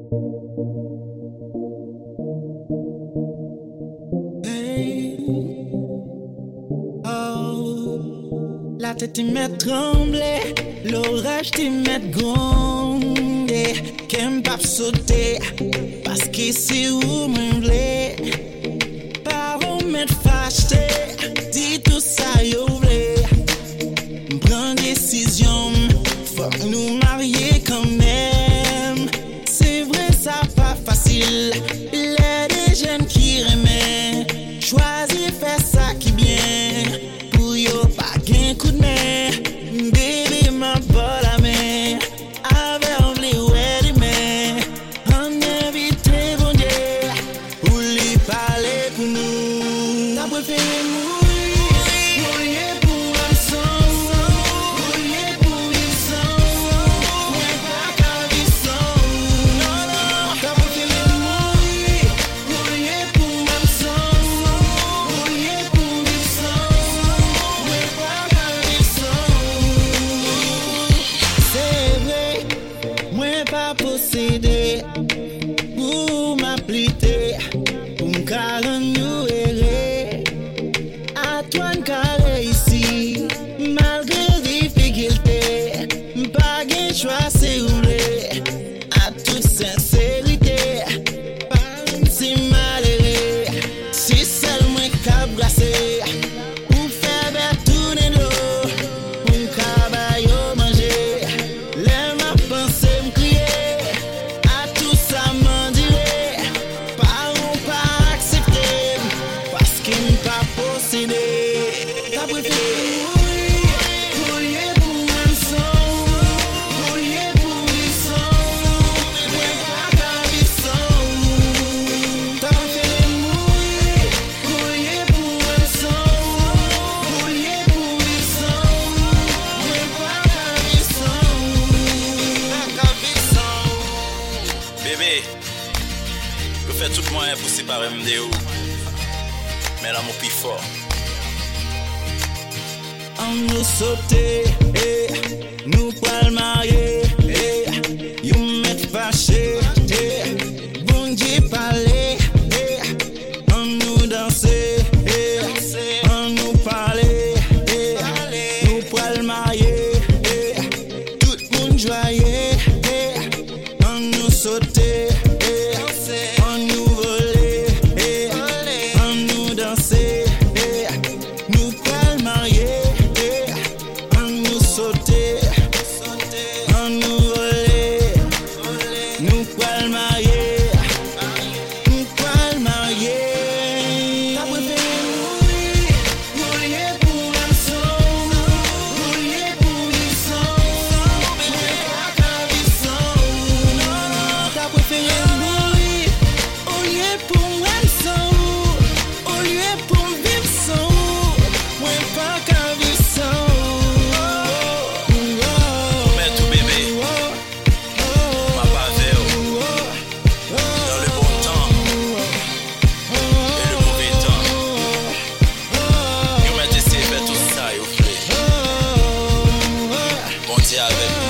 La tête t'y met trembler, l'orage t'y met gronder, qu'aime pas sauter, parce que c'est où m'enlever. Parents m'être fâché, dis tout ça yo vle. Prends décision, faut nous marier quand même. C'est vrai ça pas facile, les des jeunes qui remet. Choisis faire ça qui bien, pour yo pas gain coup de main. Baby ma pas la main, avec on les ouais les mains. On évite bon Dieu, pour lui parler pour nous. T'as préféré mourir pour un sang, mourir pour une sang, mais pas qu'un sang. Non, non, t'as préféré mourir pour un sang, mourir pour une sang, mais pas qu'un sang. C'est vrai, moi pas possédé pour m'appliquer, pour m'carrer errer. À toi n'carrer ici, malgré difficulté, pas gain choix c'est rouler. À toute sincérité, pas si malheureux, si seulement qu'à brasser, pour faire bête tourner l'eau, pour m'cabayo manger. Les ma pensée m'crier, à tout ça m'en dirait, pas ou pas accepter, parce qu'il n'est pas possédé. T'as préféré mourir pour un sang, mourir pour une sang, mais pas qu'un sang. T'as préféré mourir pour un sang, mourir pour une sang, mais pas qu'un sang. Bébé, je fais tout moyen pour séparer de vous. Mais l'amour plus fort. On nous sauter, nous pas le marier, you met fâché, bon Dieu parler, on nous danser, on nous parler, nous pas le marier, tout le monde joyeux, on nous sauter, on nous voler, on nous danser, nous pas le marier. On nous sauter, on nous voler, nous pas le marier, nous pas le marier. T'as préféré mourir pour un sang, mourir pour une sang, mais pas qu'un sang. Non, non, t'as préféré mourir au lieu pour un sang, au lieu pour vivre sans, mais pas qu'un sang. Mais tout bébé, ma pavé, dans le bon temps et le mauvais temps. Vous m'avez essayé de faire tout ça, vous voulez. Bon Dieu avec